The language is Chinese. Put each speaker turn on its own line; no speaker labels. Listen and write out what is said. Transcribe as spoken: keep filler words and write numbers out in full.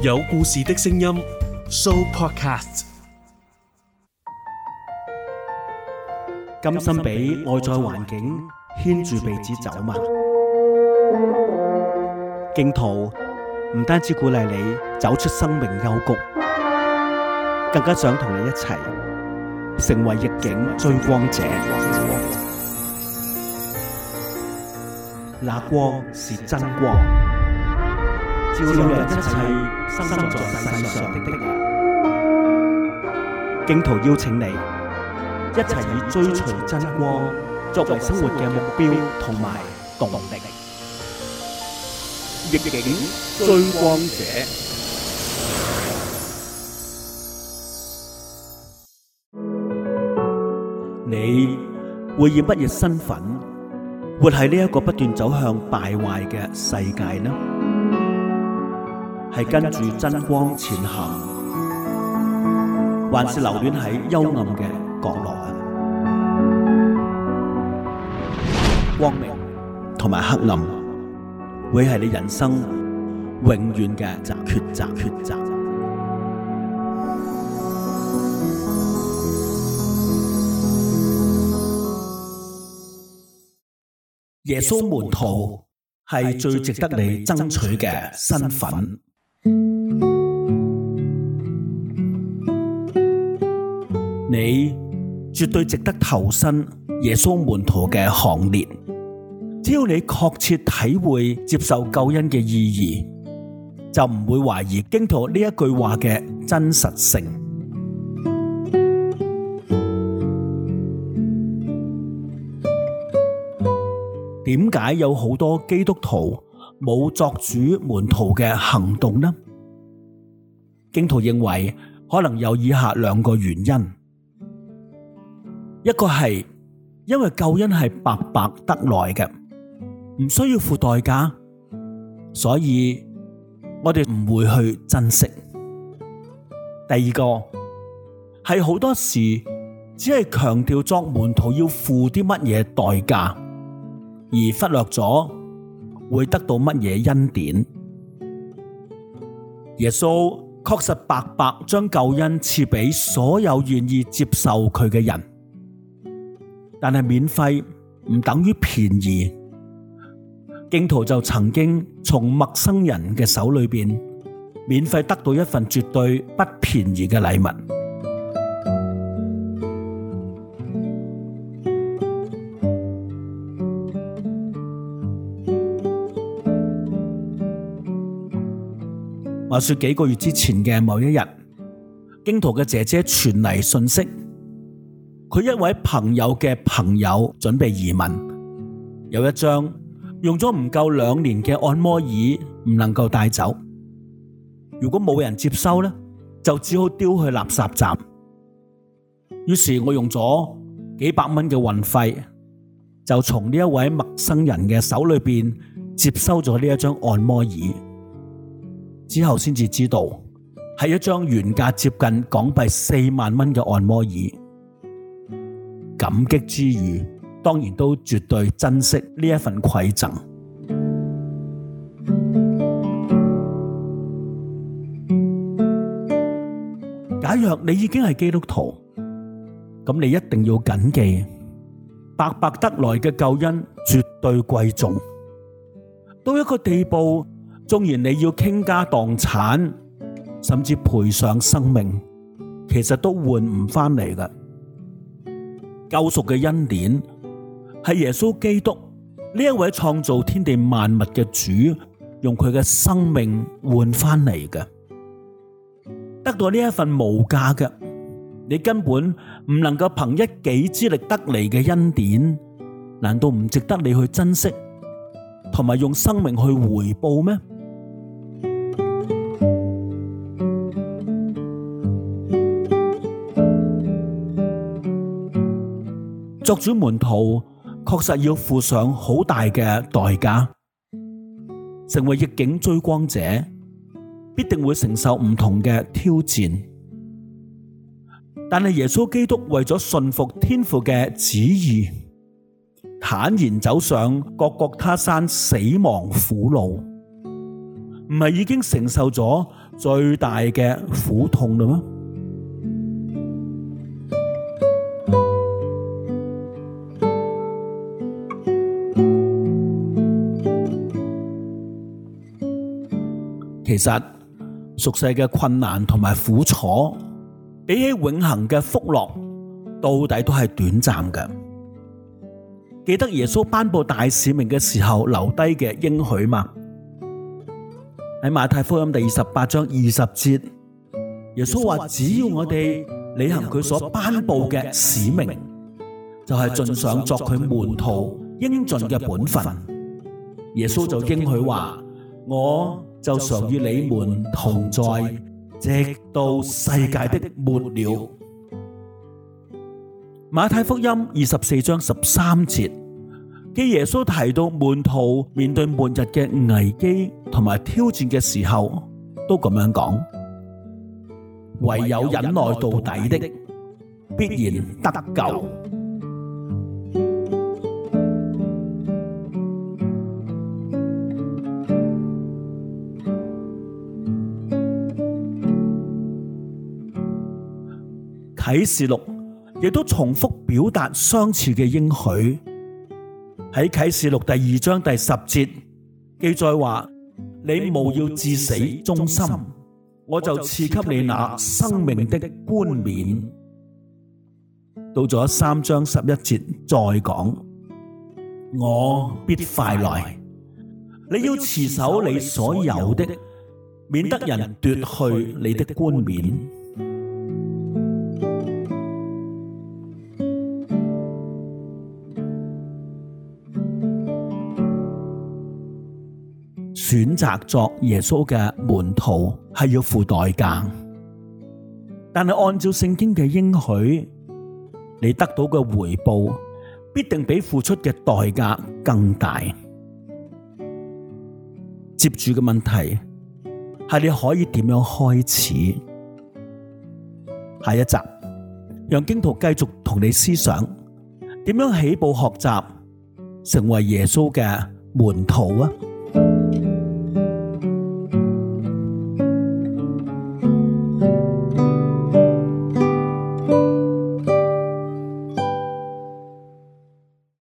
有故事的聲音 Show Podcast。
甘心俾外在環境牽住鼻子走嘛？荊徒唔單止鼓勵你走出生命幽谷，更加想同你一齊成為逆境追光者。那光是真光，照亮一切生在世上的的人。荊徒邀請你一齊以追隨真光作為生活嘅目標同埋動力。逆境追光者，你會以乜嘢身份活喺呢一個不斷走向敗壞嘅世界呢？係跟住真光前行，還是留戀喺幽暗嘅角落啊？光明同埋黑暗會係你人生永遠嘅抉擇抉擇。耶穌門徒係最值得你爭取嘅身份。你絕對值得投身耶穌門徒嘅行列，只要你確切體會接受救恩嘅意義，就唔會懷疑荊徒呢一句話嘅真實性。點解有好多基督徒冇作主門徒嘅行動呢？荊徒認為可能有以下兩個原因。一個係因為救恩係白白得來嘅，唔需要付代價，所以我哋唔會去珍惜。第二個係好多時只係強調作門徒要付啲乜嘢代價，而忽略咗會得到乜嘢恩典。耶穌確實白白將救恩賜俾所有願意接受佢嘅人。但係免費唔等於便宜，荊徒就曾經從陌生人嘅手裏邊免費得到一份絕對不便宜嘅禮物。話說幾個月之前嘅某一日，荊徒嘅姐姐傳嚟信息，佢一位朋友嘅朋友準備移民，有一張用咗唔夠兩年嘅按摩椅唔能夠帶走，如果冇人接收呢，就只好丟去垃圾站。於是我用咗幾百蚊嘅運費，就從呢一位陌生人嘅手裏邊接收咗呢一張按摩椅，之後先至知道係一張原價接近港幣四萬蚊嘅按摩椅。感激之餘，當然都絕對珍惜呢一份饋贈。假若你已經係基督徒，咁你一定要謹記，白白得來嘅救恩絕對貴重，到一個地步，縱然你要傾家蕩產，甚至賠上生命，其實都換唔返嚟㗎。救贖嘅恩典係耶穌基督呢一位創造天地萬物嘅主，用佢嘅生命換翻嚟嘅。得到呢一份無價嘅，你根本唔能夠憑一己之力得嚟嘅恩典，難道唔值得你去珍惜，同埋用生命去回報咩？作主門徒確實要付上好大嘅代價，成為逆境追光者，必定會承受唔同嘅挑戰。但係耶穌基督為咗順服天父嘅旨意，坦然走上各各他山死亡苦路， 唔係已經承受咗最大嘅苦痛啦嗎？其實俗世嘅困難同埋苦楚，比起永恆嘅福樂，到底都係短暫嘅。記得耶穌頒布大使命嘅時候留低嘅應許嗎？喺馬太福音第二十八章二十節，耶穌話：只要我哋履行佢所頒布嘅使命，就係盡上作佢門徒應盡嘅本分。耶穌就應許話：我就常與你們同在，直到世界的末了。馬太福音二十四章十三節，既耶穌提到門徒面對末日嘅危機同埋挑戰嘅時候，都咁樣講：唯有忍耐到底的，必然得救。啟示錄亦都重複表達相似嘅應許。喺啟示錄第二章第十節記載話：你務要至死忠心，我就賜給你那生命的冠冕。到咗三章十一節再講：我必快來，你要持守你所有的，免得人奪去你的冠冕。選擇作耶穌嘅門徒係要付代價，但係按照聖經嘅應許，你得到嘅回報必定比付出嘅代價更大。接住嘅問題係你可以點樣開始？下一集讓荊徒繼續同你思想點樣起步學習成為耶穌嘅門徒啊！